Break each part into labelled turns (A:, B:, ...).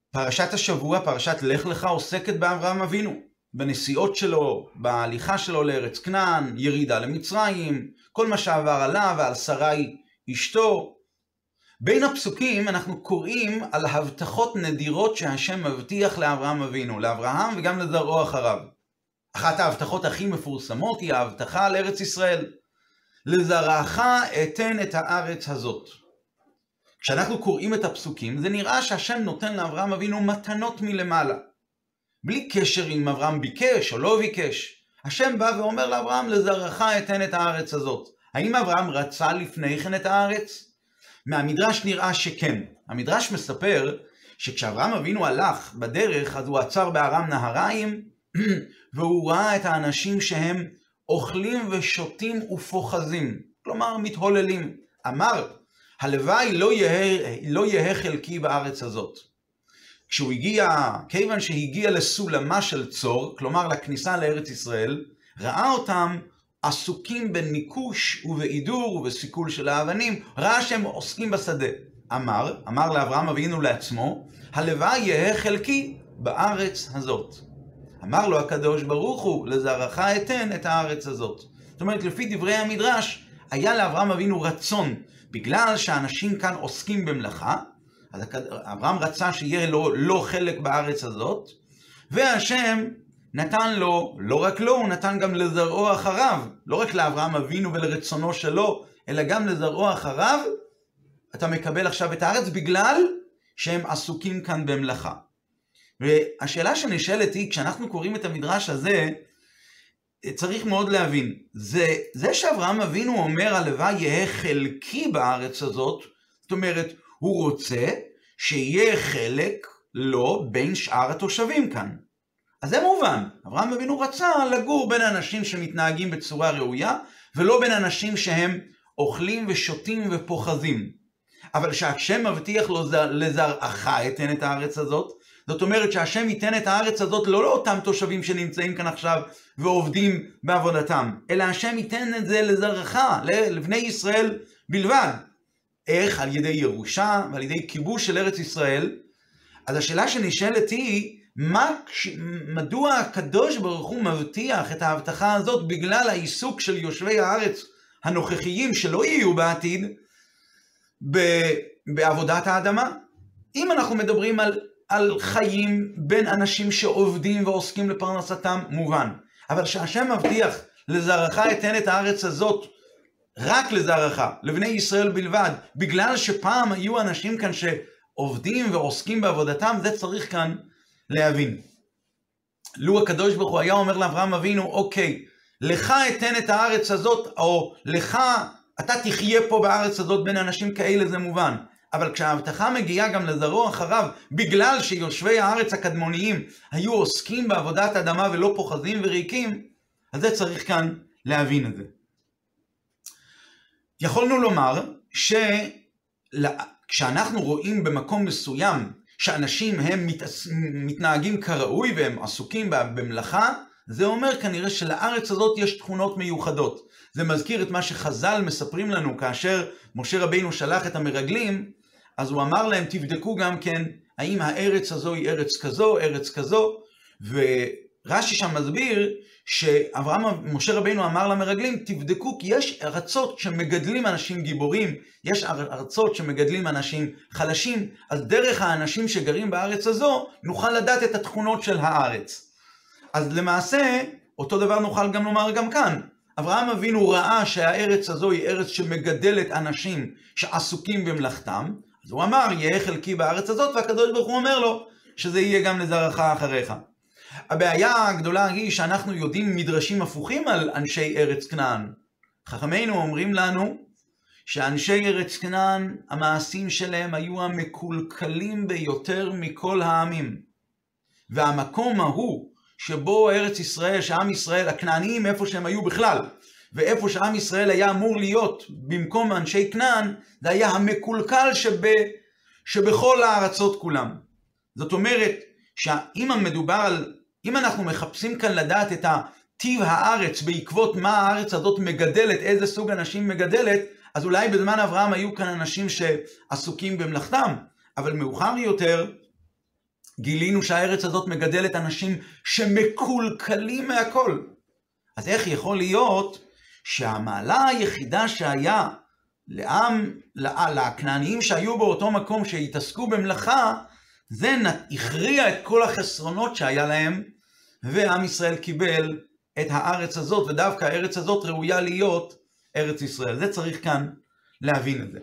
A: פרשת השבוע, פרשת לך לך, עוסקת באברהם אבינו, בנסיעות שלו, בהליכה שלו לארץ כנען, ירידה למצרים, כל מה שעבר עליו ועל שרי אשתו. בין הפסוקים אנחנו קוראים על הבטחות נדירות שהשם מבטיח לאברהם אבינו, לאברהם וגם לזרעו אחריו. אחת ההבטחות הכי מפורסמות היא ההבטחה על ארץ ישראל. לזרעך אתן את הארץ הזאת. כשאנחנו קוראים את הפסוקים, זה נראה שהשם נותן לאברהם אבינו מתנות מלמעלה. בלי קשר אם אברהם ביקש או לא ביקש. השם בא ואומר לאברהם, לזרעך אתן את הארץ הזאת. האם אברהם רצה לפני כן את הארץ? מהמדרש נראה שכן. המדרש מספר שכשאברהם אבינו הלך בדרך, אז הוא עצר בארם נהריים, והוא ראה את האנשים שהם אוכלים ושותים ופוחזים. כלומר, מתהוללים. אמר, הלוואי לא יהיה חלקי בארץ הזאת. כשהוא הגיע, כיוון שהגיע לסולמה של צור, כלומר לכניסה לארץ ישראל, ראה אותם עסוקים בניקוש ובעידור ובסיכול של האבנים, ראה שהם עוסקים בשדה. אמר לאברהם אבינו לעצמו, הלוואי יהיה חלקי בארץ הזאת. אמר לו הקדוש ברוך הוא, לזרעך אתן את הארץ הזאת. זאת אומרת, לפי דברי המדרש, היה לאברהם אבינו רצון, בגלל שאנשים כאן עוסקים במלאכה, אז אברהם רצה שיהיה לו לא חלק בארץ הזאת, והשם נתן לו, לא רק לו, הוא נתן גם לזרעו אחריו, לא רק לאברהם אבינו ולרצונו שלו, אלא גם לזרעו אחריו, אתה מקבל עכשיו את הארץ בגלל שהם עסוקים כאן במלאכה. והשאלה שנשאלת היא, כשאנחנו קוראים את המדרש הזה, צריך מאוד להבין, זה שאברהם אבינו אומר הלוואי יהיה חלקי בארץ הזאת, זאת אומרת, הוא רוצה שיהיה חלק לו בין שאר התושבים כאן. אז זה מובן, אברהם אבינו רצה לגור בין אנשים שמתנהגים בצורה ראויה, ולא בין אנשים שהם אוכלים ושותים ופוחזים. אבל שהשם מבטיח לו לזרעך אתן את הארץ הזאת, זאת אומרת שהשם ייתן את הארץ הזאת לא לאותם תושבים שנמצאים כאן עכשיו ועובדים בעבודתם, אלא השם ייתן את זה לזרעך, לבני ישראל בלבד. איך? על ידי ירושה ועל ידי כיבוש של ארץ ישראל. אז השאלה שנשאלת היא, מדוע הקדוש ברוך הוא מבטיח את ההבטחה הזאת בגלל העיסוק של יושבי הארץ הנוכחיים שלא יהיו בעתיד בעבודת האדמה? אם אנחנו מדברים על חיים בין אנשים שעובדים ועוסקים לפרנסתם, מובן. אבל שהשם מבטיח לזרעך אתן את הארץ הזאת, רק לזרעך, לבני ישראל בלבד, בגלל שפעם היו אנשים כאן שעובדים ועוסקים בעבודתם, זה צריך כאן להבין. לו הקדוש ברוך הוא היה אומר לאברהם אבינו, אוקיי, לך אתן את הארץ הזאת, או לך, אתה תחיה פה בארץ הזאת בין אנשים כאלה, זה מובן. אבל כשההבטחה מגיעה גם לזרעו אחריו, בגלל שיושבי הארץ הקדמוניים היו עוסקים בעבודת אדמה ולא פוחזים וריקים, אז זה צריך כאן להבין את זה. יכולנו לומר שכשאנחנו רואים במקום מסוים שאנשים הם מתנהגים כראוי והם עסוקים במלאכה, זה אומר כנראה שלארץ הזאת יש תכונות מיוחדות. זה מזכיר את מה שחז"ל מספרים לנו כאשר משה רבינו שלח את המרגלים, אז הוא אמר להם תבדקו גם כן האם הארץ הזו היא ארץ כזו, ארץ כזו, ורש"י שם מסביר שמשה רבינו אמר למרגלים תבדקו כי יש ארצות שמגדלים אנשים גיבורים, יש ארצות שמגדלים אנשים חלשים, אז דרך האנשים שגרים בארץ הזו נוכל לדעת את התכונות של הארץ. אז למעשה אותו דבר נוכל גם לומר גם כאן. אברהם אבינו ראה שהארץ הזו היא ארץ שמגדלת אנשים שעסוקים במלאכתם, אז הוא אמר יהיה חלקי בארץ הזאת, והקדוש ברוך הוא אומר לו שזה יהיה גם לזרעך אחריך. הבעיה הגדולה היא שאנחנו יודעים מדרשים הפוכים על אנשי ארץ כנען. חכמינו אומרים לנו שאנשי ארץ כנען, המעשים שלהם היו המקולקלים ביותר מכל העמים. והמקום ההוא שבו ארץ ישראל, שעם ישראל, הכנעניים איפה שהם היו בכלל, ואיפה שעם ישראל היה אמור להיות במקום אנשי כנען, זה היה המקולקל שבכל הארצות כולם. זאת אומרת, שאם מדובר על, אם אנחנו מחפשים כאן לדעת את טיב הארץ בעקבות מה הארץ הזאת מגדלת, איזה סוג אנשים מגדלת, אז אולי בזמן אברהם היו כאן אנשים שעסוקים במלאכתם, אבל מאוחר יותר גילינו שהארץ הזאת מגדלת אנשים שמקולקלים מהכל. אז איך יכול להיות שהמעלה היחידה שהיה לכנעניים שהיו באותו מקום שהתעסקו במלאכה, זה הכריע את כל החסרונות שהיה להם, ועם ישראל קיבל את הארץ הזאת, ודווקא הארץ הזאת ראויה להיות ארץ ישראל. זה צריך כאן להבין את זה.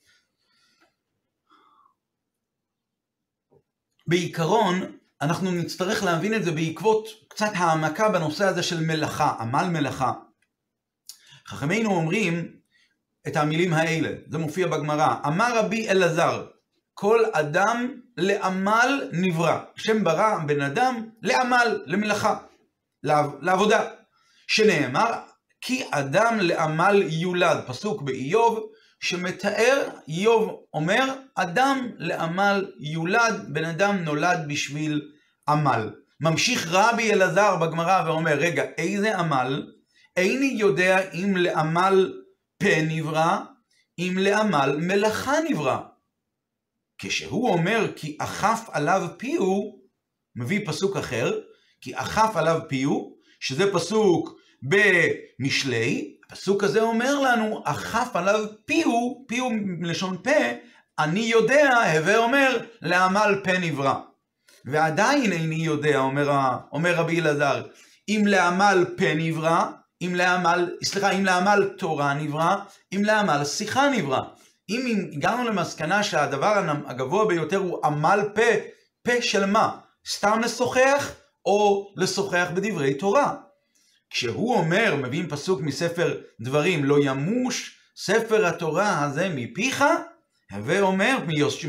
A: בעיקרון, אנחנו נצטרך להבין את זה בעקבות קצת העמקה בנושא הזה של מלאכה, עמל מלאכה. חכמינו אומרים את המילים האלה, זה מופיע בגמרא, אמר רבי אלעזר, כל אדם לעמל נברא. שם ברא בן אדם לעמל, למלאכה, לעבודה. שנאמר, כי אדם לעמל יולד. פסוק באיוב שמתאר, איוב אומר, אדם לעמל יולד, בן אדם נולד בשביל עמל. ממשיך רבי אלעזר בגמרא ואומר, רגע, איזה עמל? איני יודע אם לעמל פה נברא, אם לעמל מלאכה נברא. כשהוא אומר כי אכף עליו פיהו, מביא פסוק אחר, כי אכף עליו פיהו, שזה פסוק במשלי, הפסוק הזה אומר לנו, אכף עליו פיהו, פיהו מלשון פה, אני יודע, הווה אומר, לעמל פה נברא. ועדיין איני יודע, אומר רבי אלעזר, אם לעמל פה נברא, אם לעמל תורה נברא, אם לעמל שיחה נברא. אם הגענו למסקנה שהדבר הגבוה ביותר הוא עמל פה, פה של מה? סתם לשוחח או לשוחח בדברי תורה. כשהוא אומר, מביאים פסוק מספר דברים, לא ימוש ספר התורה הזה מפיך, הווה אומר,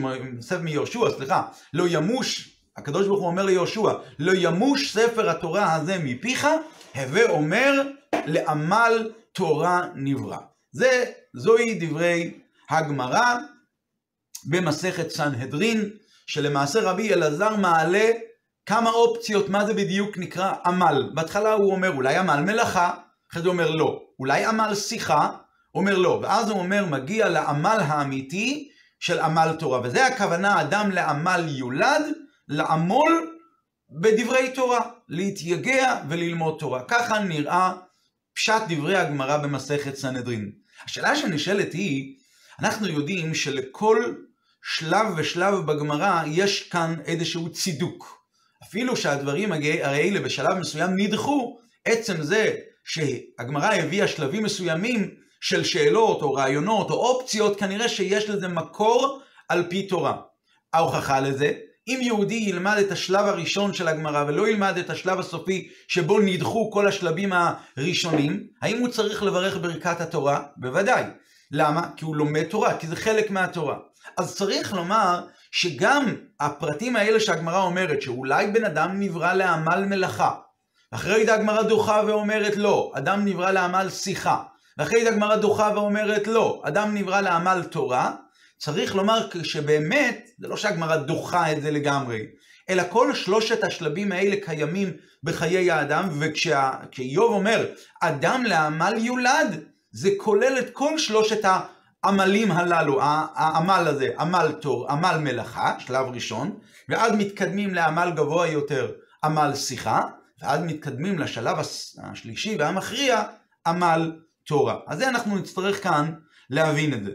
A: לא ימוש, הקדוש ברוך הוא אומר ליהושע, לא ימוש ספר התורה הזה מפיך, הווה אומר, לעמל תורה נברא. זוהי דברי הגמרא במסכת סנהדרין, שלמעשה רבי אלעזר מעלה כמה אופציות מה זה בדיוק נקרא עמל. בהתחלה הוא אומר אולי עמל מלאכה, אחרי זה הוא אומר לא. אולי עמל שיחה, אומר לא. ואז הוא אומר מגיע לעמל האמיתי של עמל תורה. וזה הכוונה אדם לעמל יולד, לעמול בדברי תורה, להתייגע וללמוד תורה. ככה נראה פשט דברי הגמרא במסכת סנהדרין. השאלה שנשאלת היא, אנחנו יודעים שלכל שלב ושלב בגמרא יש כאן איזשהו צידוק. אפילו שהדברים האלה בשלב מסוים נדחו, עצם זה שהגמרא הביאה שלבים מסוימים של שאלות או רעיונות או אופציות, כנראה שיש לזה מקור על פי תורה. ההוכחה לזה, אם יהודי ילמד את השלב הראשון של הגמרא ולא ילמד את השלב הסופי שבו נדחו כל השלבים הראשונים, האם הוא צריך לברך ברכת התורה? בוודאי. למה? כי הוא לומד תורה, כי זה חלק מהתורה. אז צריך לומר שגם הפרטים האלה שהגמרא אומרת, שאולי בן אדם נברא לעמל מלאכה, אחרי זה הגמרא דוחה ואומרת לא, אדם נברא לעמל שיחה, ואחרי זה הגמרא דוחה ואומרת לא, אדם נברא לעמל תורה, צריך לומר שבאמת, זה לא שהגמרא דוחה את זה לגמרי, אלא כל שלושת השלבים האלה קיימים בחיי האדם, וכשאיוב אומר, אדם לעמל יולד, זה כולל את כל שלושת העמלים הללו, העמל הזה, עמל תור, עמל מלאכה, שלב ראשון, ואז מתקדמים לעמל גבוה יותר, עמל שיחה, ואז מתקדמים לשלב השלישי והמכריע, עמל תורה. אז זה אנחנו נצטרך כאן להבין את זה.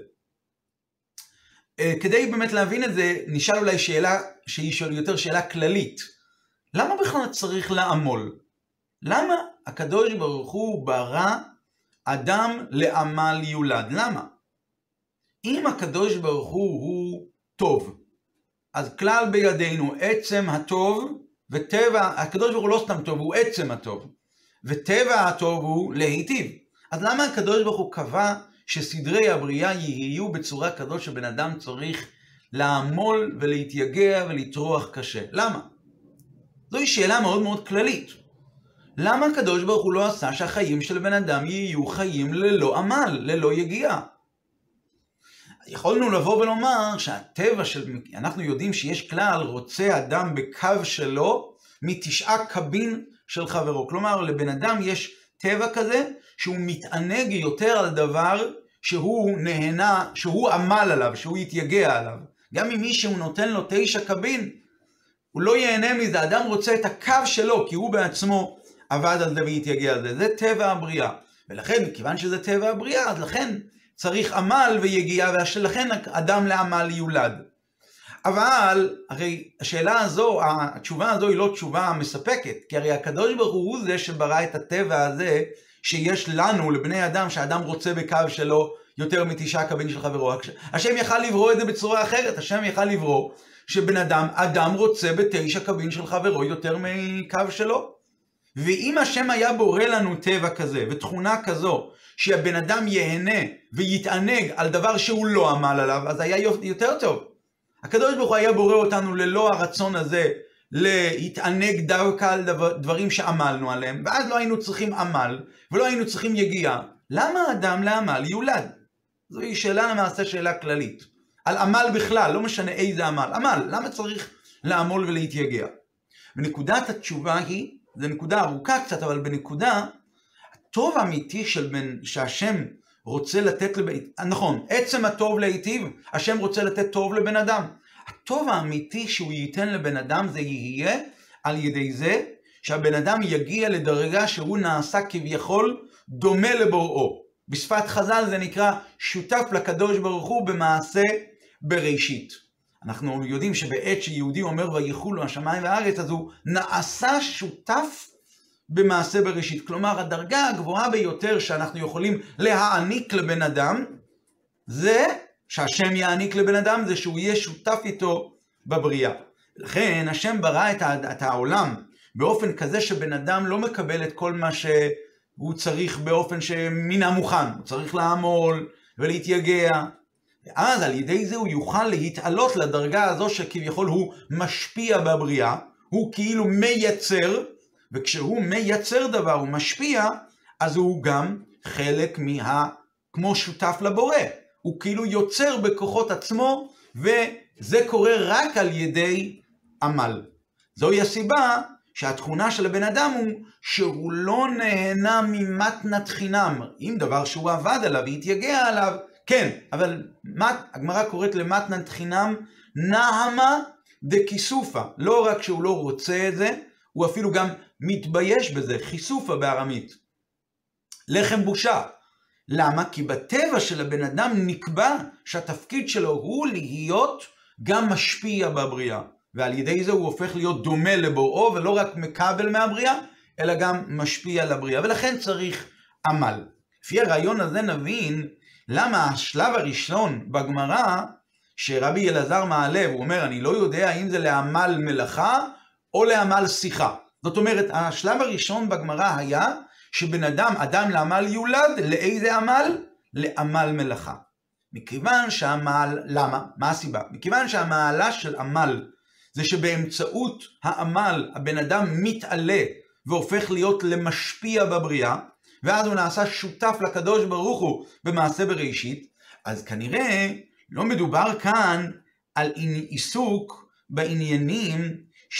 A: כדי באמת להבין את זה, נשאל אולי שאלה שהיא יותר שאלה כללית. למה בכלל צריך לעמול? למה הקדוש ברוך הוא ברא אדם לעמל יולד? למה? אם הקדוש ברוך הוא טוב, אז כלל בידינו עצם הטוב וטבע, הקדוש ברוך הוא לא סתם טוב, הוא עצם הטוב, וטבע הטוב הוא להיטיב. אז למה הקדוש ברוך הוא קבע שסדרי הבריאה יהיו בצורה כזאת שבן אדם צריך לעמול ולהתייגע ולטרוח קשה? למה? זוהי שאלה מאוד מאוד כללית. למה הקדוש ברוך הוא לא עשה שהחיים של בן אדם יהיו חיים ללא עמל, ללא יגיעה? יכולנו לבוא ולומר שהטבע אנחנו יודעים שיש כלל רוצה אדם בקו שלו מתשעה קבין של חברו. כלומר, לבן אדם יש טבע כזה שהוא מתענג יותר על דבר שהוא נהנה, שהוא עמל עליו, שהוא יתייגע עליו. גם אם מישהו נותן לו 9 קבין, הוא לא ייהנה מזה, האדם רוצה את הקו שלו, כי הוא בעצמו עבד על זה והתייגע על זה. זה טבע הבריאה. ולכן, מכיוון שזה טבע הבריאה, אז לכן צריך עמל ויגיעה, ולכן אדם לעמל יולד. אבל, הרי השאלה הזו, התשובה הזו היא לא תשובה מספקת, כי הרי הקדוש ברוך הוא זה שברא את הטבע הזה, שיש לנו, לבני אדם, שהאדם רוצה בקו שלו יותר מתשעה קבין של חברו. השם יכל לברוא את זה בצורה אחרת, השם יכל לברוא שבן אדם רוצה בתשע קבין של חברו יותר מקו שלו. ואם השם היה בורא לנו טבע כזה ותכונה כזו, שהבן אדם ייהנה ויתענג על דבר שהוא לא עמל עליו, אז היה יותר טוב. הקדוש ברוך הוא היה בורא אותנו ללא הרצון הזה להתענג דווקא על דברים שעמלנו עליהם, ואז לא היינו צריכים עמל ולא היינו צריכים יגיעה. למה אדם לעמל יולד? זוהי שאלה למעשה שאלה כללית. על עמל בכלל, לא משנה איזה עמל. עמל, למה צריך לעמול ולהתייגע? ונקודת התשובה היא, זו נקודה ארוכה קצת, אבל בנקודה, הטוב האמיתי שהשם רוצה לתת נכון, עצם הטוב להיטיב, השם רוצה לתת טוב לבן אדם. הטוב האמיתי שהוא ייתן לבן אדם זה יהיה על ידי זה שהבן אדם יגיע לדרגה שהוא נעשה כביכול דומה לבוראו. בשפת חז"ל זה נקרא שותף לקדוש ברוך הוא במעשה בראשית. אנחנו יודעים שבעת שיהודי אומר ויחולו השמיים והארץ, אז הוא נעשה שותף במעשה בראשית. כלומר, הדרגה הגבוהה ביותר שאנחנו יכולים להעניק לבן אדם, זה שהשם יעניק לבן אדם, זה שהוא יהיה שותף איתו בבריאה. לכן השם ברא את העולם באופן כזה שבן אדם לא מקבל את כל מה שהוא צריך באופן שמן המוכן. הוא צריך לעמול ולהתייגע. ואז על ידי זה הוא יוכל להתעלות לדרגה הזו שכביכול הוא משפיע בבריאה, הוא כאילו מייצר, וכשהוא מייצר דבר, הוא משפיע, אז הוא גם חלק כמו שותף לבורא. הוא כאילו יוצר בכוחות עצמו, וזה קורה רק על ידי עמל. זוהי הסיבה שהתכונה של הבן אדם הוא שהוא לא נהנה ממתנת חינם. אם דבר שהוא עבד עליו והתייגע עליו, כן, אבל הגמרא קוראת למתנת חינם נעמה דכיסופה. לא רק שהוא לא רוצה את זה, הוא אפילו גם מתבייש בזה, חיסופה בארמית. לחם בושה. למה? כי בטבע של הבן אדם נקבע שהתפקיד שלו הוא להיות גם משפיע בבריאה. ועל ידי זה הוא הופך להיות דומה לבוראו, ולא רק מקבל מהבריאה, אלא גם משפיע לבריאה. ולכן צריך עמל. לפי הרעיון הזה נבין למה השלב הראשון בגמרא, שרבי אלעזר מעלה, הוא אומר, אני לא יודע אם זה לעמל מלאכה או לעמל שיחה. זאת אומרת, השלב הראשון בגמרא היה שבן אדם לעמל יולד, לאיזה עמל? לעמל מלאכה. מכיוון שהעמל, למה? מה הסיבה? מכיוון שהמעלה של עמל זה שבאמצעות העמל הבן אדם מתעלה והופך להיות למשפיע בבריאה, ואז הוא נעשה שותף לקדוש ברוך הוא במעשה בראשית, אז כנראה לא מדובר כאן על עיסוק בעניינים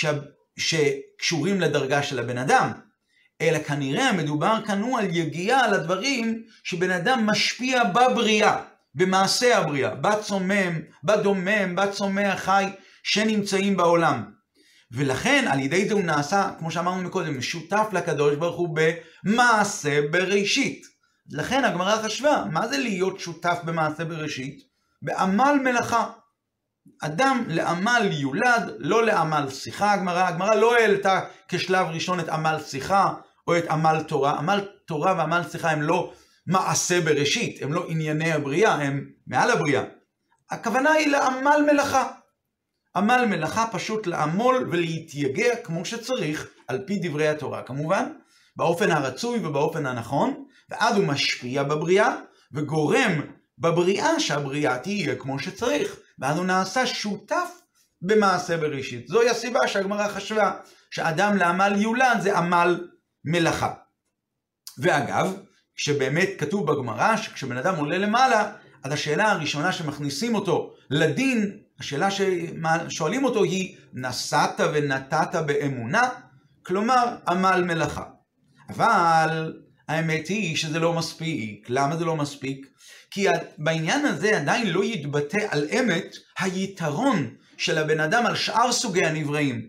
A: שקשורים לדרגה של הבן אדם, אלא כנראה מדובר כאן הוא על יגיעה על הדברים שבן אדם משפיע בבריאה, במעשה הבריאה, בצומם, בדומם, בצומח חי שנמצאים בעולם. ולכן על ידי זה הוא נעשה, כמו שאמרנו מקודם, שותף לקדוש ברוך הוא במעשה בראשית. לכן הגמרא חשבה, מה זה להיות שותף במעשה בראשית? בעמל מלאכה. אדם לעמל יולד, לא לעמל שיחה. הגמרא לא העלתה כשלב ראשון את עמל שיחה או את עמל תורה. עמל תורה ועמל שיחה הם לא מעשה בראשית, הם לא ענייני הבריאה, הם מעל הבריאה. הכוונה היא לעמל מלאכה. עמל מלאכה פשוט לעמול ולהתייגע כמו שצריך, על פי דברי התורה כמובן, באופן הרצוי ובאופן הנכון, ואז הוא משפיע בבריאה, וגורם בבריאה שהבריאה תהיה כמו שצריך, ואז הוא נעשה שותף במעשה בראשית. זוהי הסיבה שהגמרא חשבה שאדם לעמל יולד זה עמל מלאכה. ואגב, כשבאמת כתוב בגמרא שכשבן אדם עולה למעלה, אז השאלה הראשונה שמכניסים אותו לדין, השאלה ששואלים אותו היא, נסעת ונתת באמונה? כלומר, עמל מלאכה. אבל האמת היא שזה לא מספיק. למה זה לא מספיק? כי בעניין הזה עדיין לא יתבטא על אמת היתרון של הבן אדם על שאר סוגי הנבראים.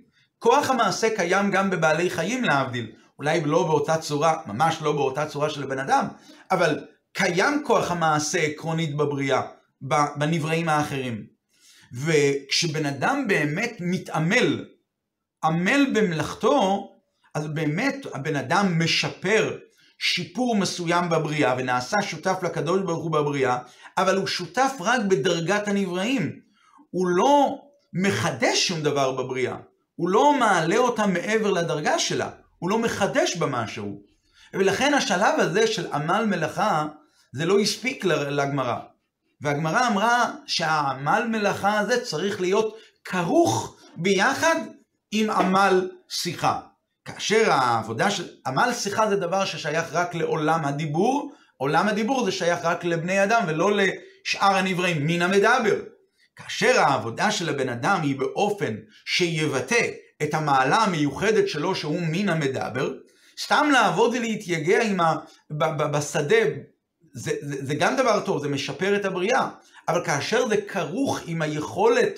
A: כוח המעשה קיים גם בבעלי חיים להבדיל, אולי לא באותה צורה, ממש לא באותה צורה של בן אדם, אבל קיים כוח המעשה עקרונית בבריאה, בנבראים האחרים. וכשבן אדם באמת מתעמל, עמל במלאכתו, אז באמת הבן אדם משפר שיפור מסוים בבריאה, ונעשה שותף לקדוש ברוך הוא בבריאה, אבל הוא שותף רק בדרגת הנבראים. הוא לא מחדש שום דבר בבריאה, הוא לא מעלה אותה מעבר לדרגה שלה, הוא לא מחדש בה משהו. ולכן השלב הזה של עמל מלאכה, זה לא הספיק לגמרא. והגמרא אמרה שהעמל מלאכה הזה צריך להיות כרוך ביחד עם עמל שיחה. כאשר העבודה של עמל שיחה זה דבר ששייך רק לעולם הדיבור, עולם הדיבור זה שייך רק לבני אדם ולא לשאר הנבראים, מן המדבר. כאשר העבודה של הבן אדם היא באופן שיבטא את המעלה המיוחדת שלו שהוא מן המדבר, סתם לעבוד ולהתייגע בשדה, זה גם דבר טוב, זה משפר את הבריאה, אבל כאשר זה כרוך עם היכולת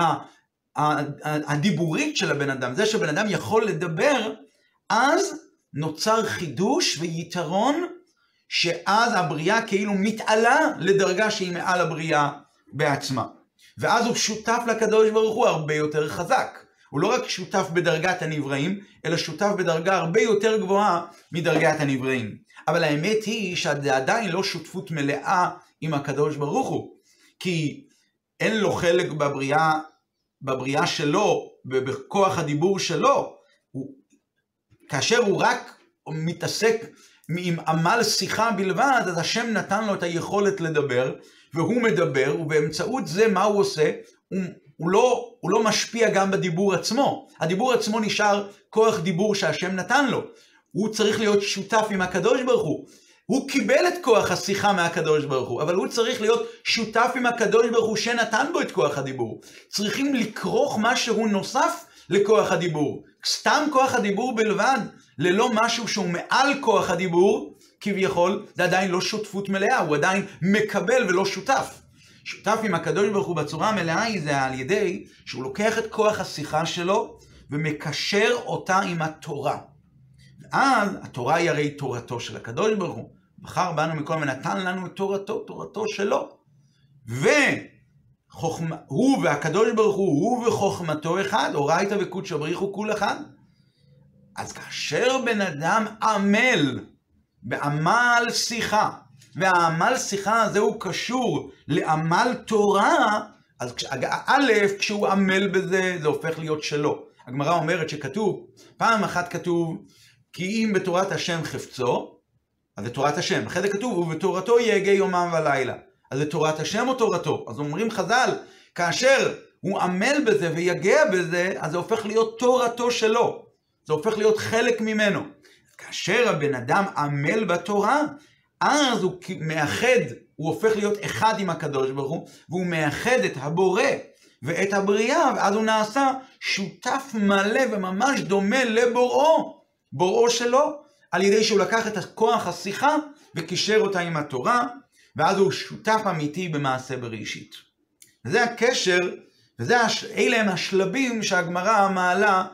A: הדיבורית של הבן אדם, זה שבן אדם יכול לדבר, אז נוצר חידוש ויתרון, שאז הבריאה כאילו מתעלה לדרגה שהיא מעל הבריאה בעצמה. ואז הוא שותף לקדוש ברוך הוא הרבה יותר חזק. הוא לא רק שותף בדרגת הנבראים, אלא שותף בדרגה הרבה יותר גבוהה מדרגת הנבראים. אבל האמת היא שזה עדיין לא שותפות מלאה עם הקדוש ברוך הוא, כי אין לו חלק בבריאה שלו, בכוח הדיבור שלו. כאשר הוא רק מתעסק עם עמל שיחה בלבד, אז השם נתן לו את היכולת לדבר, והוא מדבר, ובאמצעות זה מה הוא עושה? הוא לא משפיע גם בדיבור עצמו. הדיבור עצמו נשאר כוח דיבור שהשם נתן לו. הוא צריך להיות שותף עם הקדוש ברוך הוא. הוא קיבל את כוח השיחה מהקדוש ברוך הוא, אבל הוא צריך להיות שותף עם הקדוש ברוך הוא שנתן בו את כוח הדיבור. צריכים לכרוך משהו נוסף לכוח הדיבור. סתם כוח הדיבור בלבד, ללא משהו שהוא מעל כוח הדיבור, כביכול, זה עדיין לא שותפות מלאה, הוא עדיין מקבל ולא שותף. שותף עם הקדוש ברוך הוא בצורה המלאה היא זה על ידי שהוא לוקח את כוח השיחה שלו ומקשר אותה עם התורה. ואז התורה היא הרי תורתו של הקדוש ברוך הוא. בחר בנו מכל ונתן לנו את תורתו שלו. והוא והקדוש ברוך הוא וחוכמתו אחד, אורייתא וקודשא בריך הוא כול אחד. אז כאשר בן אדם עמל בעמל שיחה, והעמל שיחה הזה הוא קשור לעמל תורה, אז כשהוא עמל בזה, זה הופך להיות שלו. הגמרא אומרת שכתוב, פעם אחת כתוב, כי אם בתורת השם חפצו, אז זה תורת השם. אחרי זה כתוב, ובתורתו יהגה יומם ולילה. אז זה תורת השם או תורתו? אז אומרים חז"ל, כאשר הוא עמל בזה ויגע בזה, אז זה הופך להיות תורתו שלו. זה הופך להיות חלק ממנו. כאשר הבן אדם עמל בתורה, אז הוא מאחד, הוא הופך להיות אחד עם הקדוש ברוך הוא, והוא מאחד את הבורא ואת הבריאה, ואז הוא נעשה שותף מלא וממש דומה לבוראו, בוראו שלו, על ידי שהוא לקח את כוח השיחה וקישר אותה עם התורה, ואז הוא שותף אמיתי במעשה בראשית. וזה הקשר, אלה הם השלבים שהגמרא מעלה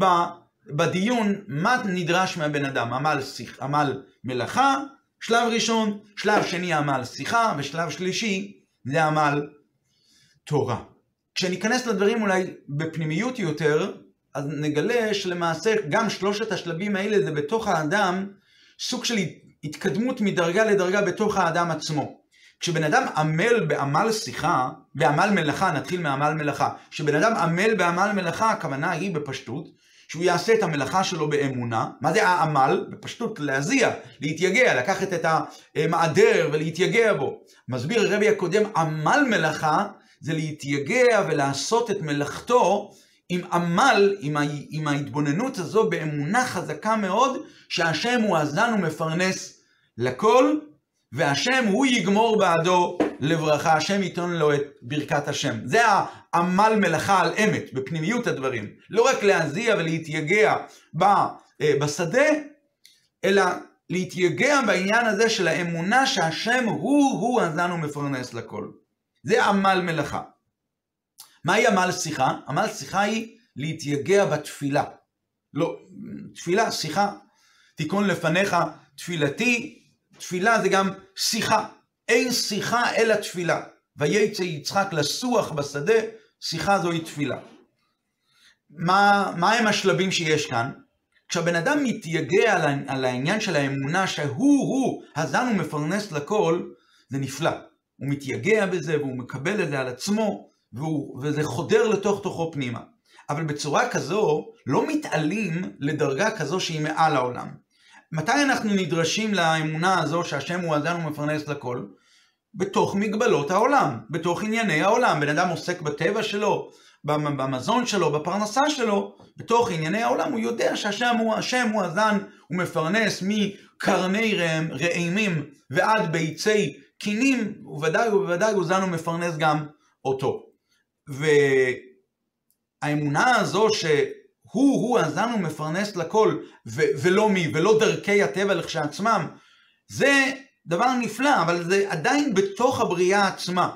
A: בדיון, מה נדרש מהבן אדם, עמל מלאכה, שלב ראשון, שלב שני עמל שיחה, ושלב שלישי זה עמל תורה. כשניכנס לדברים אולי בפנימיות יותר, אז נגלה שלמעשה גם שלושת השלבים האלה זה בתוך האדם סוג של התקדמות מדרגה לדרגה בתוך האדם עצמו. כשבן אדם עמל בעמל שיחה, בעמל מלאכה, נתחיל מעמל מלאכה, כשבן אדם עמל בעמל מלאכה, הכוונה היא בפשטות, שהוא יעשה את המלאכה שלו באמונה. מה זה העמל? בפשטות, להזיע, להתייגע, לקחת את המעדר ולהתייגע בו. מסביר הרבי הקודם, עמל מלאכה זה להתייגע ולעשות את מלאכתו עם עמל, עם ההתבוננות הזו באמונה חזקה מאוד, שהשם הוא הזן ומפרנס לכל, והשם הוא יגמור בעדו לברכה, השם ייתן לו את ברכת השם. זה העמל מלאכה על אמת, בפנימיות הדברים. לא רק להזיע ולהתייגע בשדה, אלא להתייגע בעניין הזה של האמונה שהשם הוא הזן ומפרנס לכל. זה עמל מלאכה. מהי עמל שיחה? עמל שיחה היא להתייגע בתפילה. לא, תפילה, שיחה. תיקון לפניך תפילתי, תפילה זה גם שיחה. אין שיחה אלא תפילה. ויצא יצחק לסוח בשדה, שיחה זוהי תפילה. מה הם השלבים שיש כאן? כשהבן אדם מתייגע על העניין של האמונה שהוא הזן ומפרנס לכל, זה נפלא. הוא מתייגע בזה והוא מקבל את זה על עצמו, וזה חודר לתוך תוכו פנימה. אבל בצורה כזו לא מתעלים לדרגה כזו שהיא מעל העולם. מתי אנחנו נדרשים לאמונה הזו שהשם הוא הזן ומפרנס לכל? בתוך מגבלות העולם, בתוך ענייני העולם. בן אדם עוסק בטבע שלו, במזון שלו, בפרנסה שלו, בתוך ענייני העולם, הוא יודע שהשם הוא הזן, הוא מפרנס מקרני רעימים ועד ביצי קינים, ובוודאי הוא זן ומפרנס גם אותו. והאמונה הזו שהוא הזן ומפרנס לכל, ולא דרכי הטבע לכשעצמם, זה דבר נפלא, אבל זה עדיין בתוך הבריאה עצמה.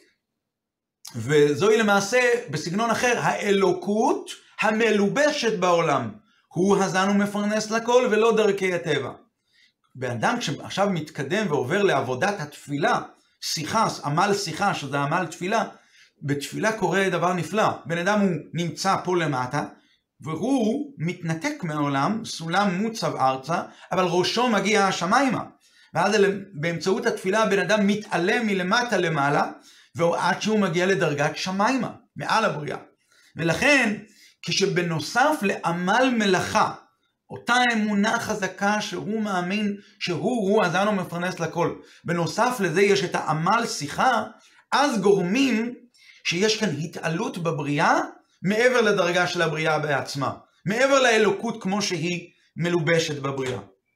A: וזוהי למעשה, בסגנון אחר, האלוקות המלובשת בעולם. הוא הזן ומפרנס לכל ולא דרכי הטבע. באדם שעכשיו מתקדם ועובר לעבודת התפילה, שיחה, עמל שיחה, שזה עמל תפילה, בתפילה קורה דבר נפלא. בן אדם הוא נמצא פה למטה, והוא מתנתק מהעולם, סולם מוצב ארצה, אבל ראשו מגיע השמיימה. ואז באמצעות התפילה הבן אדם מתעלה מלמטה למעלה, ועד שהוא מגיע לדרגת שמיימה, מעל הבריאה. ולכן, כשבנוסף לעמל מלאכה, אותה אמונה חזקה שהוא מאמין שהוא הזן ומפרנס לכל, בנוסף לזה יש את העמל שיחה, אז גורמים שיש כאן התעלות בבריאה, מעבר לדרגה של הבריאה בעצמה, מעבר לאלוקות כמו שהיא מלובשת בבריאה.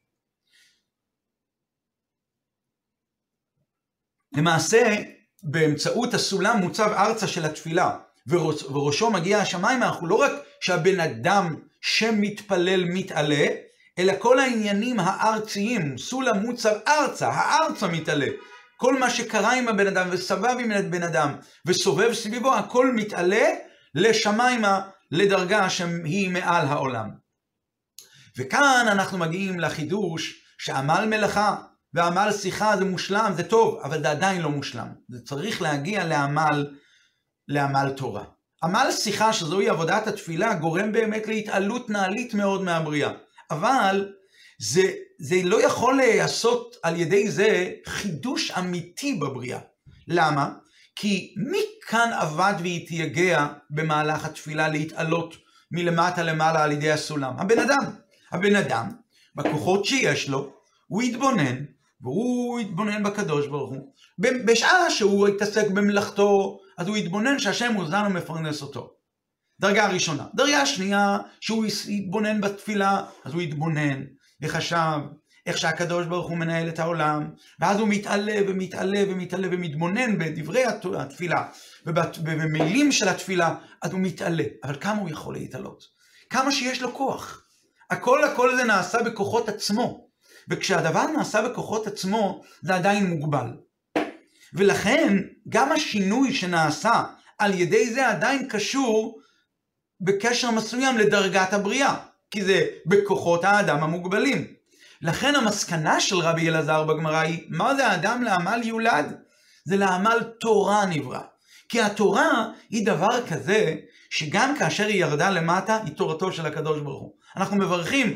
A: למעשה, באמצעות הסולם מוצב ארצה של התפילה, וראשו מגיע השמיים, אנחנו לא רק שהבן אדם שמתפלל מתעלה, אלא כל העניינים הארציים, סולם מוצב ארצה, הארצה מתעלה. כל מה שקרה עם הבן אדם וסבב עם הבן אדם וסובב סביבו, הכל מתעלה לשמיימה, לדרגה שהיא מעל העולם. וכאן אנחנו מגיעים לחידוש שעמל מלאכה ועמל שיחה זה מושלם, זה טוב, אבל זה עדיין לא מושלם. זה צריך להגיע לעמל תורה. עמל שיחה, שזוהי עבודת התפילה, גורם באמת להתעלות נעלית מאוד מהבריאה. אבל זה לא יכול לעשות על ידי זה חידוש אמיתי בבריאה. למה? כי מי כאן עבד והתייגע במהלך התפילה להתעלות מלמטה למעלה על ידי הסולם? הבן אדם. הבן אדם, בכוחות שיש לו, הוא יתבונן, והוא יתבונן בקדוש ברוך הוא. בשעה שהוא יתעסק במלאכתו, אז הוא יתבונן שהשם הוא זן ומפרנס אותו. דרגה ראשונה. דרגה שנייה, שהוא יתבונן בתפילה, אז הוא יתבונן וחשב איך שהקדוש ברוך הוא מנהל את העולם, ואז הוא מתעלה ומתעלה ומתעלה ומתבונן בדברי התפילה, ובמילים של התפילה, אז הוא מתעלה. אבל כמה הוא יכול להתעלות? כמה שיש לו כוח. הכל זה נעשה בכוחות עצמו. וכשהדבר נעשה בכוחות עצמו, זה עדיין מוגבל. ולכן, גם השינוי שנעשה על ידי זה עדיין קשור בקשר מסוים לדרגת הבריאה. כי זה בכוחות האדם המוגבלים. לכן המסקנה של רבי אלעזר בגמרא היא, מה זה האדם לעמל יולד? זה לעמל תורה נברא. כי התורה היא דבר כזה, שגם כאשר היא ירדה למטה, היא תורתו של הקדוש ברוך הוא. אנחנו מברכים,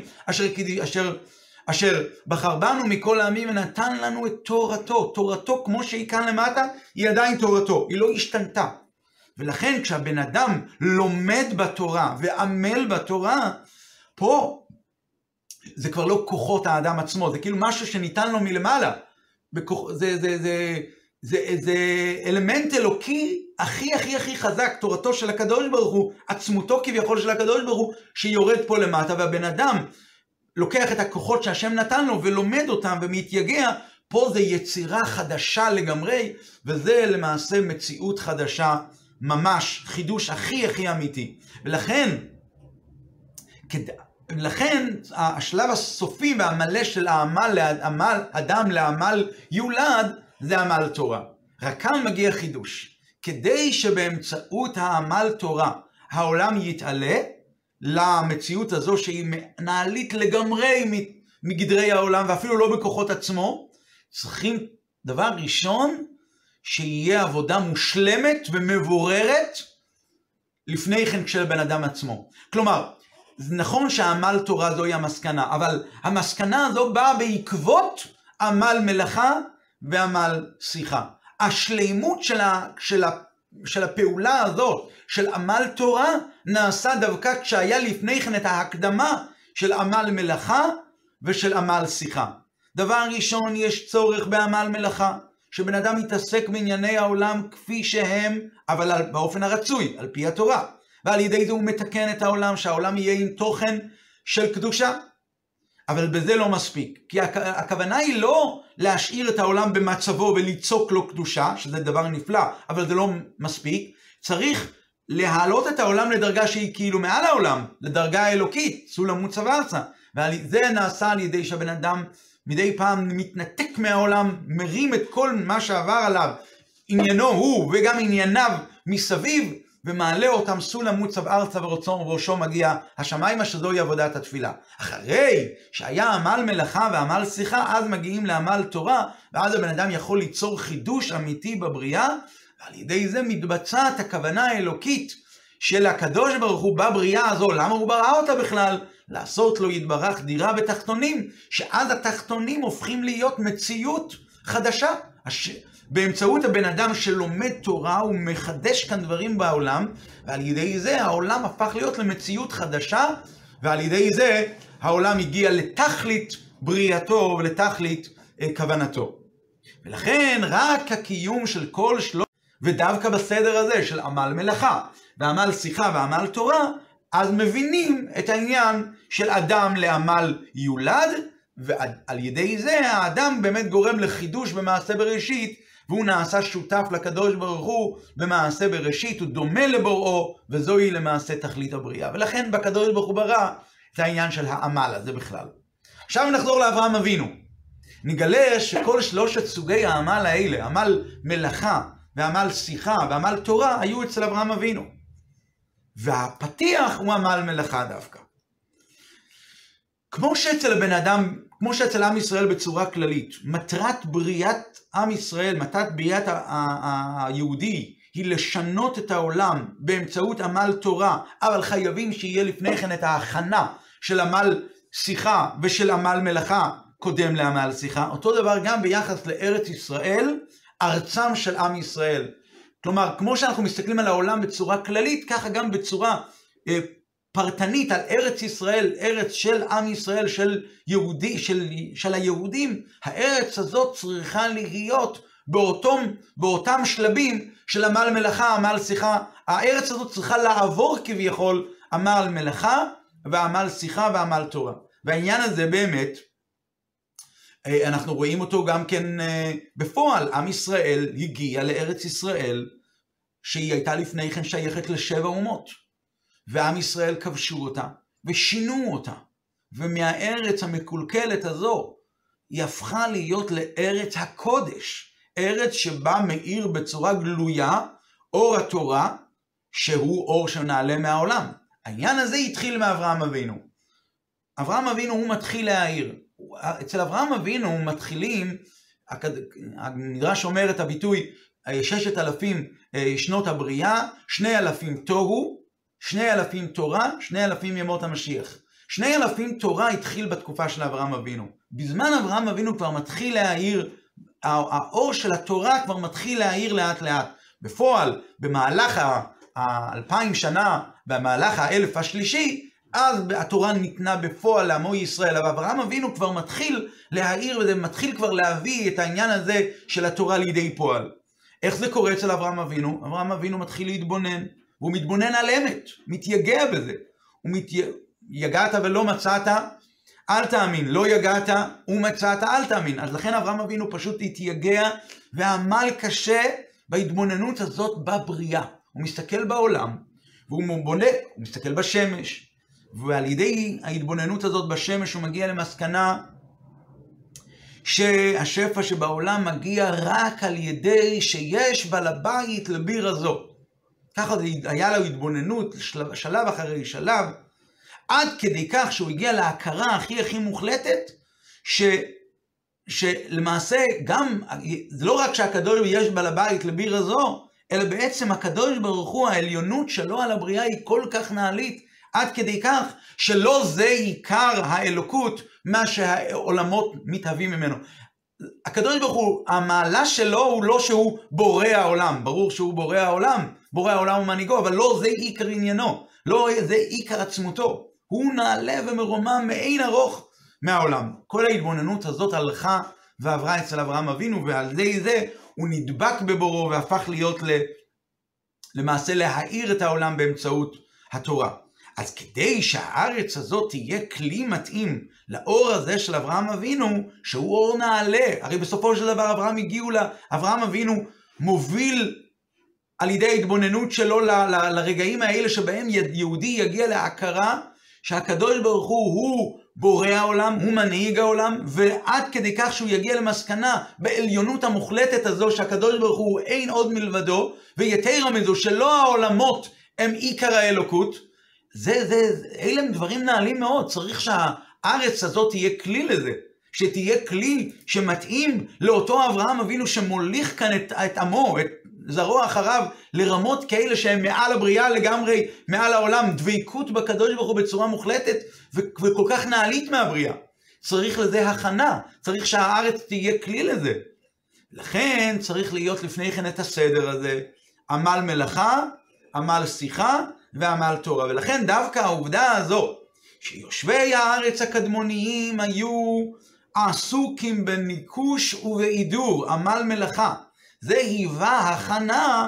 A: אשר בחר בנו מכל העמים ונתן לנו את תורתו. תורתו כמו שהיא כאן למטה, היא עדיין תורתו, היא לא השתנתה. ולכן כשהבן אדם לומד בתורה ועמל בתורה, פה זה כבר לא כוחות האדם עצמו, זה כאילו משהו שניתן לו מלמעלה. זה אלמנט אלוקי הכי חזק, תורתו של הקדוש ברוך הוא, עצמותו כביכול של הקדוש ברוך הוא, שיורד פה למטה, והבן אדם לוקח את הכוחות שהשם נתן לו ולומד אותם ומתייגע. פה זה יצירה חדשה לגמרי, וזה למעשה מציאות חדשה ממש, חידוש הכי אמיתי. ולכן השלב הסופי והמלא של אדם לעמל יולד, זה עמל תורה. רק כאן מגיע חידוש. כדי שבאמצעות העמל תורה, העולם יתעלה למציאות הזו שהיא נעלית לגמרי מגדרי העולם ואפילו לא בכוחות עצמו, צריכים דבר ראשון שיהיה עבודה מושלמת ומבוררת לפני כן של בן אדם עצמו. כלומר, זה נכון שעמל תורה זוהי המסקנה, אבל המסקנה הזו באה בעקבות עמל מלאכה ועמל שיחה. השלימות של הפעולה הזאת, של עמל תורה, נעשה דווקא כשהיה לפני כן את ההקדמה של עמל מלאכה ושל עמל שיחה. דבר ראשון, יש צורך בעמל מלאכה, שבן אדם יתעסק בענייני העולם כפי שהם, אבל באופן הרצוי, על פי התורה. ועל ידי זה הוא מתקן את העולם, שהעולם יהיה עם תוכן של קדושה. אבל בזה לא מספיק, כי הכוונה היא לא להשאיר את העולם במצבו וליצוק לו קדושה, שזה דבר נפלא, אבל זה לא מספיק. צריך להעלות את העולם לדרגה שהיא כאילו מעל העולם, לדרגה האלוקית, סולם מוצב ארצה. וזה נעשה על ידי שהבן אדם מדי פעם מתנתק מהעולם, מרים את כל מה שעבר עליו, עניינו הוא וגם ענייניו מסביב, ומעלה אותם סולם מוצב ארצה ורצון ובראשו מגיע השמיימה, שזוהי עבודת התפילה. אחרי שהיה עמל מלאכה ועמל שיחה, אז מגיעים לעמל תורה, ואז הבן אדם יכול ליצור חידוש אמיתי בבריאה, ועל ידי זה מתבצעת הכוונה האלוקית של הקדוש ברוך הוא בבריאה הזו. למה הוא ברא אותה בכלל? לעשות לו יתברך דירה בתחתונים, שאז התחתונים הופכים להיות מציאות חדשה. באמצעות הבן אדם שלומד תורה הוא מחדש כאן דברים בעולם, ועל ידי זה העולם הפך להיות למציאות חדשה, ועל ידי זה העולם הגיע לתכלית בריאתו ולתכלית כוונתו. ולכן רק הקיום של כל שלוש, ודווקא בסדר הזה של עמל מלאכה ועמל שיחה ועמל תורה, אז מבינים את העניין של אדם לעמל יולד, ועל ידי זה האדם באמת גורם לחידוש במעשה בראשית, והוא נעשה שותף לקדוש ברוך הוא במעשה בראשית, הוא דומה לבוראו, וזוהי למעשה תכלית הבריאה. ולכן בקדוש ברוך הוא ברא את העניין של העמל הזה בכלל. עכשיו נחזור לאברהם אבינו. נגלה שכל שלושת סוגי העמל האלה, עמל מלאכה ועמל שיחה ועמל תורה, היו אצל אברהם אבינו. והפתיח הוא עמל מלאכה דווקא. כמו שאצל הבן אדם, כמו שאצל עם ישראל בצורה כללית, מטרת בריאת עם ישראל, מטרת בריאת היהודי, היא לשנות את העולם באמצעות עמל תורה, אבל חייבים שיהיה לפני כן את ההכנה של עמל שיחה ושל עמל מלאכה קודם לעמל שיחה. אותו דבר גם ביחס לארץ ישראל, ארצם של עם ישראל. כלומר, כמו שאנחנו מסתכלים על העולם בצורה כללית, ככה גם בצורה פרטנית על ארץ ישראל, ארץ של עם ישראל, של יהודי, של היהודים. הארץ הזאת צריכה להיות באותם שלבים של עמל מלאכה, עמל שיחה. הארץ הזאת צריכה לעבור כביכול עמל מלאכה ועמל שיחה ועמל תורה. והעניין הזה באמת, אנחנו רואים אותו גם כן בפועל. עם ישראל הגיע לארץ ישראל, שהיא הייתה לפני כן שייכת לשבע אומות. ועם ישראל כבשו אותה ושינו אותה. ומהארץ המקולקלת הזו, היא הפכה להיות לארץ הקודש. ארץ שבה מאיר בצורה גלויה אור התורה, שהוא אור שנעלה מהעולם. העניין הזה התחיל מאברהם אבינו. אברהם אבינו הוא מתחיל להאיר. אצל אברהם אבינו מתחילים, המדרש אומר את הביטוי 6,000 שנות הבריאה, 2,000 תוהו, 2,000 תורה, 2,000 ימות המשיח. 2,000 תורה התחיל בתקופה של אברהם אבינו. בזמן אברהם אבינו כבר מתחיל להאיר, האור של התורה כבר מתחיל להאיר לאט לאט. בפועל, במהלך 2,000 שנה, במהלך 1,000 השלישי, אז התורה ניתנה בפועל לעמו ישראל, אבל אברהם אבינו כבר מתחיל להאיר, וזה מתחיל כבר להביא את העניין הזה של התורה לידי פועל. איך זה קורה אצל אברהם אבינו? אברהם אבינו מתחיל להתבונן, והוא מתבונן על אמת, מתייגע בזה. יגעת ולא מצאת, אל תאמין, לא יגעת ומצאת, אל תאמין. אז לכן אברהם אבינו פשוט התייגע, ועמל קשה בהתבוננות הזאת בבריאה. הוא מסתכל בעולם, והוא בונה, הוא מסתכל בשמש, ועל ידי ההתבוננות הזאת בשמש הוא מגיע למסקנה שהשפע שבעולם מגיע רק על ידי שיש בעל הבית לביר הזו. ככה היה לו התבוננות שלב אחרי שלב, עד כדי כך שהוא הגיע להכרה הכי מוחלטת, שלמעשה גם, זה לא רק שהקדוש ברוך הוא יש בעל הבית לביר הזו, אלא בעצם הקדוש ברוך הוא, העליונות שלו על הבריאה היא כל כך נעלית, עד כדי כך שלא זה עיקר האלוקות, מה שהעולמות מתהווים ממנו. הקדוש ברוך הוא, המעלה שלו הוא לא שהוא בורא העולם, ברור שהוא בורא העולם, בורא העולם ומנהיגו, אבל לא זה עיקר עניינו, לא זה עיקר עצמותו. הוא נעלה ומרומם מאין ארוך מהעולם. כל ההתבוננות הזאת הלכה ועברה אצל אברהם אבינו, ועל זה הוא נדבק בבורו והפך להיות למעשה להאיר את העולם באמצעות התורה. אז כדי שהארץ הזאת תהיה כלי מתאים לאור הזה של אברהם אבינו, שהוא אור נעלה, הרי בסופו של דבר אברהם אבינו מוביל על ידי ההתבוננות שלו לרגעים האלה שבהם יהודי יגיע להכרה שהקדוש ברוך הוא בורא העולם, הוא מנהיג העולם, ועד כדי כך שהוא יגיע למסקנה בעליונות המוחלטת הזו שהקדוש ברוך הוא אין עוד מלבדו, ויתר מזו שלא העולמות הם עיקר האלוקות. אלה הם דברים נעלים מאוד. צריך שהארץ הזאת תהיה כלי לזה, שתהיה כלי שמתאים לאותו אברהם אבינו שמוליך כאן את עמו, את זרוע אחריו, לרמות כאלה שהם מעל הבריאה לגמרי, מעל העולם, דביקות בקדוש ברוך הוא בצורה מוחלטת וכל כך נעלית מהבריאה. צריך לזה הכנה, צריך שהארץ תהיה כלי לזה. לכן צריך להיות לפני כן את הסדר הזה, עמל מלאכה, עמל שיחה ועמל תורה. ולכן דווקא העובדה הזו, שיושבי הארץ הקדמוניים היו עסוקים בניקוש ובעידור, עמל מלאכה, זה היווה הכנה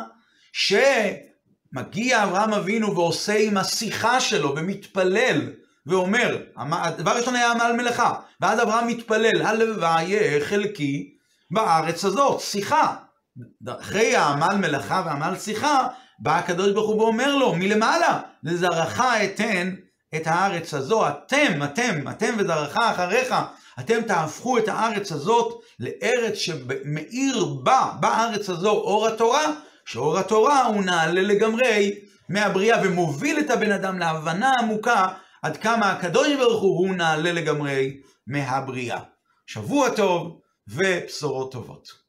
A: שמגיע אברהם אבינו ועושה עם השיחה שלו ומתפלל ואומר, הדבר ראשון היה עמל מלאכה, ואז אברהם מתפלל, הלוואי יהיה חלקי בארץ הזאת, שיחה. אחרי העמל מלאכה ועמל שיחה, בא הקדוש ברוך הוא ואומר לו, מלמעלה, לזרעך אתן את הארץ הזו, אתם וזרעך אחריך, אתם תהפכו את הארץ הזאת לארץ שמאיר בארץ הזו אור התורה, שאור התורה הוא נעלה לגמרי מהבריאה ומוביל את הבן אדם להבנה עמוקה עד כמה הקדוש ברוך הוא נעלה לגמרי מהבריאה. שבוע טוב ובשורות טובות.